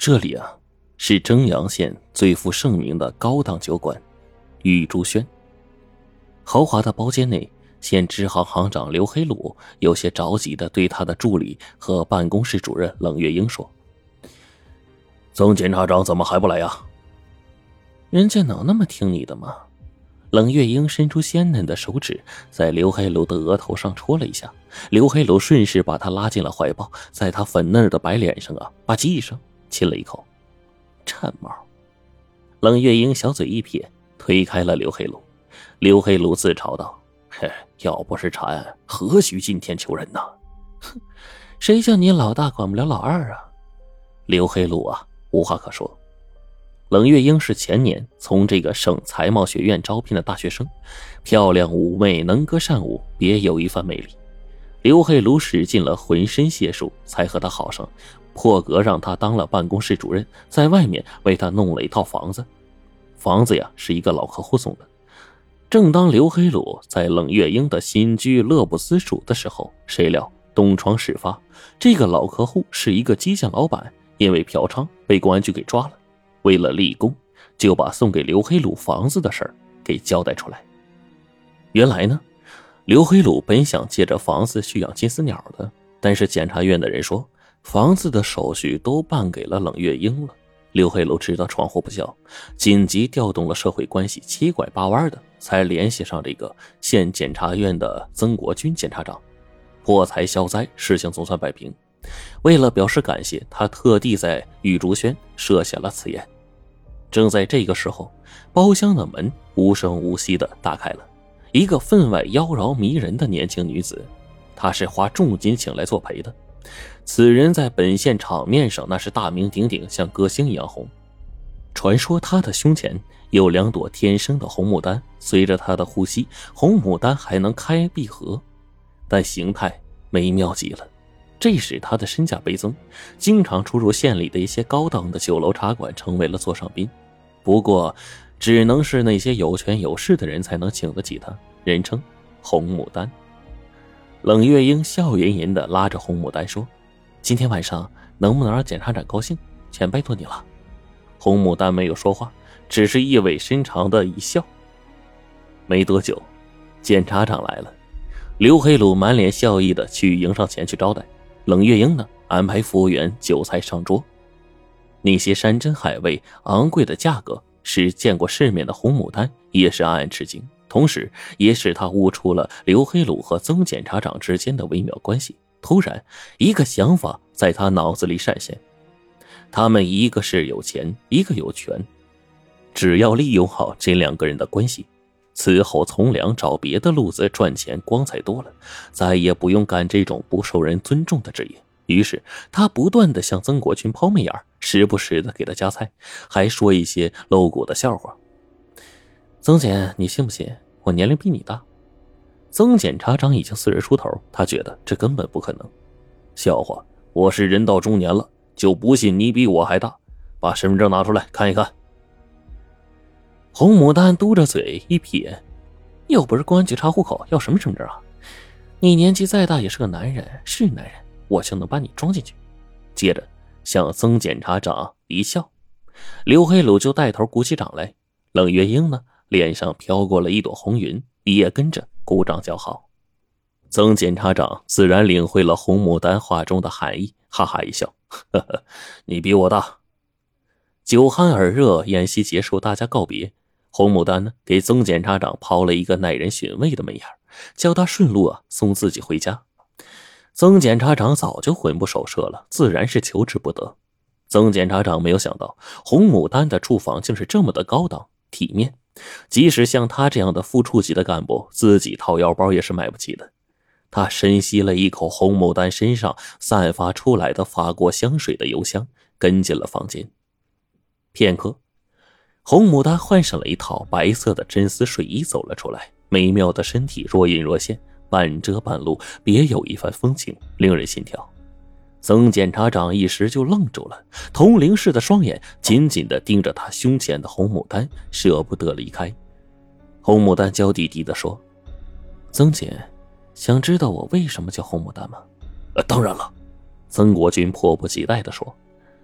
这里啊，是蒸阳县最负盛名的高档酒馆玉珠轩。豪华的包间内，县支行行长刘黑鲁有些着急地对他的助理和办公室主任冷月英说：曾检察长怎么还不来呀？人家能那么听你的吗？冷月英伸出鲜嫩的手指在刘黑鲁的额头上戳了一下，刘黑鲁顺势把他拉进了怀抱，在他粉嫩的白脸上吧唧一声亲了一口。颤毛。冷月英小嘴一撇，推开了刘黑鲁。刘黑鲁自嘲道：嘿，要不是馋，何须今天求人呢？哼，谁叫你老大管不了老二啊？刘黑鲁啊，无话可说。冷月英是前年从这个省财贸学院招聘的大学生，漂亮妩媚，能歌善舞，别有一番魅力。刘黑鲁使尽了浑身解数才和他好上，破格让他当了办公室主任，在外面为他弄了一套房子。房子呀，是一个老客户送的。正当刘黑鲁在冷月英的新居乐不思蜀的时候，谁料东窗事发，这个老客户是一个鸡匠老板，因为嫖娼被公安局给抓了。为了立功，就把送给刘黑鲁房子的事儿给交代出来。原来呢，刘黑鲁本想借着房子去养金丝鸟的，但是检察院的人说房子的手续都办给了冷月英了。刘黑鲁知道闯祸不小，紧急调动了社会关系，七拐八弯的才联系上这个县检察院的曾国军检察长，破财消灾，事情总算摆平。为了表示感谢，他特地在玉竹轩设下了此宴。正在这个时候，包厢的门无声无息地打开了，一个分外妖娆迷人的年轻女子，她是花重金请来作陪的。此人在本县场面上那是大名鼎鼎，像歌星一样红。传说她的胸前有2朵天生的红牡丹，随着她的呼吸，红牡丹还能开闭合，但形态美妙极了。这使他的身价倍增，经常出入县里的一些高档的酒楼茶馆，成为了座上宾。不过只能是那些有权有势的人才能请得起他，人称红牡丹。冷月英笑吟吟地拉着红牡丹说：今天晚上能不能让检察长高兴，全拜托你了。红牡丹没有说话，只是意味深长的一笑。没多久，检察长来了，刘黑鲁满脸笑意地去迎上前去招待。冷月英呢，安排服务员酒菜上桌。那些山珍海味昂贵的价格使见过世面的红牡丹也是暗暗吃惊，同时也使他悟出了刘黑鲁和曾检察长之间的微妙关系。突然一个想法在他脑子里闪现，他们一个是有钱，一个有权，只要利用好这2个人的关系，此后从良，找别的路子赚钱光彩多了，再也不用干这种不受人尊重的职业。于是他不断地向曾国军抛媚眼，时不时地给他夹菜，还说一些露骨的笑话。曾检，你信不信我年龄比你大？曾检察长已经40出头，他觉得这根本不可能。笑话，我是人到中年了，就不信你比我还大。把身份证拿出来看一看。红牡丹嘟着嘴一撇，又不是公安局查户口，要什么身份证啊？你年纪再大也是个男人，是男人，我就能把你装进去。接着向曾检察长一笑，刘黑鲁就带头鼓起掌来。冷月英呢，脸上飘过了一朵红云，也跟着鼓掌叫好。曾检察长自然领会了红牡丹话中的含义，哈哈一笑，呵呵，你比我大。酒酣耳热，宴席结束，大家告别。红牡丹呢，给曾检察长抛了一个耐人寻味的媚眼，叫他顺路送自己回家。曾检察长早就魂不守舍了，自然是求之不得。曾检察长没有想到红牡丹的住房竟是这么的高档体面，即使像他这样的副处级的干部，自己掏腰包也是买不起的。他深吸了一口红牡丹身上散发出来的法国香水的油香，跟进了房间。片刻，红牡丹换上了一套白色的真丝睡衣走了出来，美妙的身体若隐若现，半遮半露，别有一番风情，令人心跳。曾检察长一时就愣住了，铜铃似的双眼紧紧地盯着他胸前的红牡丹，舍不得离开。红牡丹娇滴滴地说：曾检，想知道我为什么叫红牡丹吗？当然了。曾国军迫不及待地说。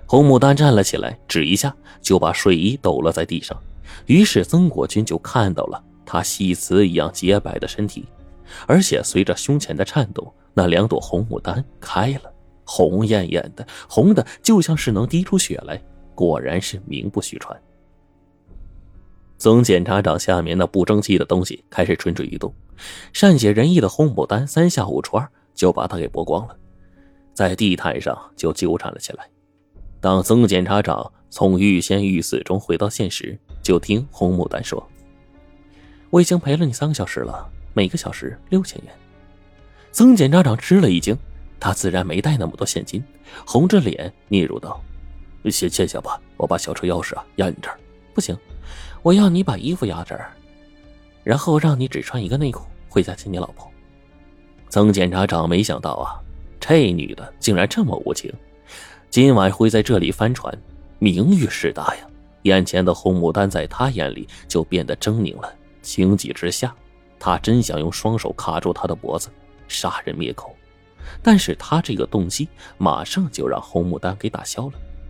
红牡丹站了起来，指一下就把睡衣抖了在地上。于是曾国军就看到了他细瓷一样洁白的身体，而且随着胸前的颤动，那2朵红牡丹开了，红艳艳的，红的就像是能滴出血来，果然是名不虚传。曾检察长下面那不争气的东西开始蠢蠢欲动，善解人意的红牡丹3下5除2就把他给剥光了，在地毯上就纠缠了起来。当曾检察长从欲仙欲死中回到现实，就听红牡丹说：“我已经陪了你3个小时了，每个小时6000元。”曾检察长吃了一惊，他自然没带那么多现金，红着脸嗫嚅道：“先欠下吧，我把小车钥匙压你这儿。”“不行，我要你把衣服压这儿，然后让你只穿一个内裤回家见你老婆。”曾检察长没想到啊，这女的竟然这么无情，今晚会在这里翻船，名誉是大呀。眼前的红牡丹在他眼里就变得狰狞了，情急之下，他真想用双手卡住他的脖子，杀人灭口。但是他这个动机马上就让红牡丹给打消了。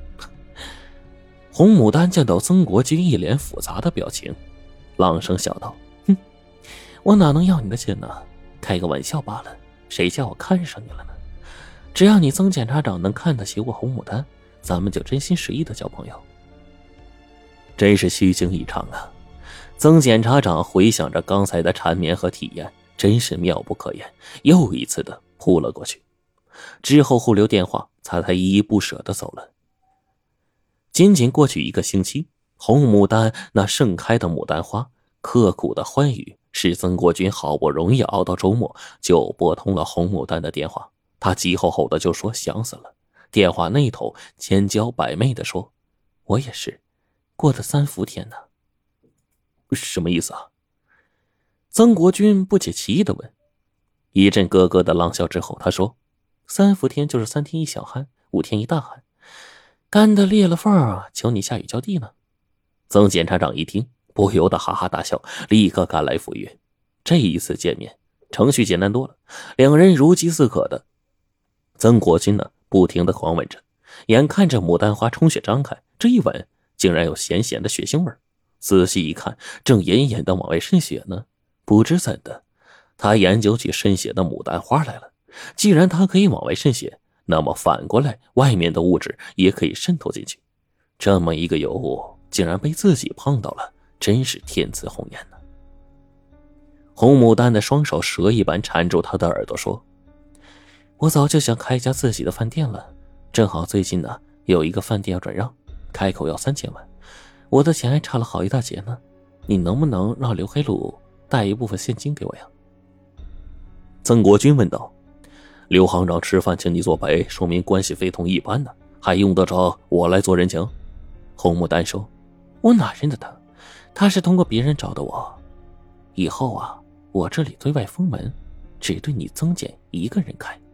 红牡丹见到曾国军一脸复杂的表情，朗声笑道：“哼，我哪能要你的钱呢？开个玩笑罢了，谁叫我看上你了呢？只要你曾检察长能看得起我红牡丹，咱们就真心实意的交朋友。”真是虚惊一场啊！曾检察长回想着刚才的缠绵和体验，真是妙不可言，又一次的扑了过去。之后互留电话，他才依依不舍的走了。仅仅过去1个星期，红牡丹那盛开的牡丹花，刻苦的欢愉，使曾国军好不容易熬到周末，就拨通了红牡丹的电话。他急吼吼的就说想死了。电话那头千娇百媚的说：“我也是，过得3伏天呢。”“什么意思啊？”曾国军不解其意的问。一阵咯咯的浪笑之后，他说：“3伏天就是3天一小旱，5天一大旱，干的裂了缝啊，求你下雨浇地呢。”曾检察长一听，不由得哈哈大笑，立刻赶来赴约。这一次见面，程序简单多了，两人如饥似渴的。曾国军呢，不停的狂吻着，眼看着牡丹花充血张开，这一吻竟然有咸咸的血腥味，仔细一看，正隐隐的往外渗血呢。不知怎的，他研究起渗血的牡丹花来了。既然它可以往外渗血，那么反过来，外面的物质也可以渗透进去。这么一个尤物，竟然被自己碰到了，真是天赐鸿雁呢。红牡丹的双手蛇一般缠住他的耳朵说：“我早就想开一家自己的饭店了，正好最近呢有一个饭店要转让，开口要3000万，我的钱还差了好一大截呢，你能不能让刘黑鲁带一部分现金给我呀？”曾国军问道：“刘行长吃饭请你作陪，说明关系非同一般呢，还用得着我来做人情？”红牡丹说：“我哪认得他？他是通过别人找的我。以后啊，我这里对外封门，只对你曾检一个人开。”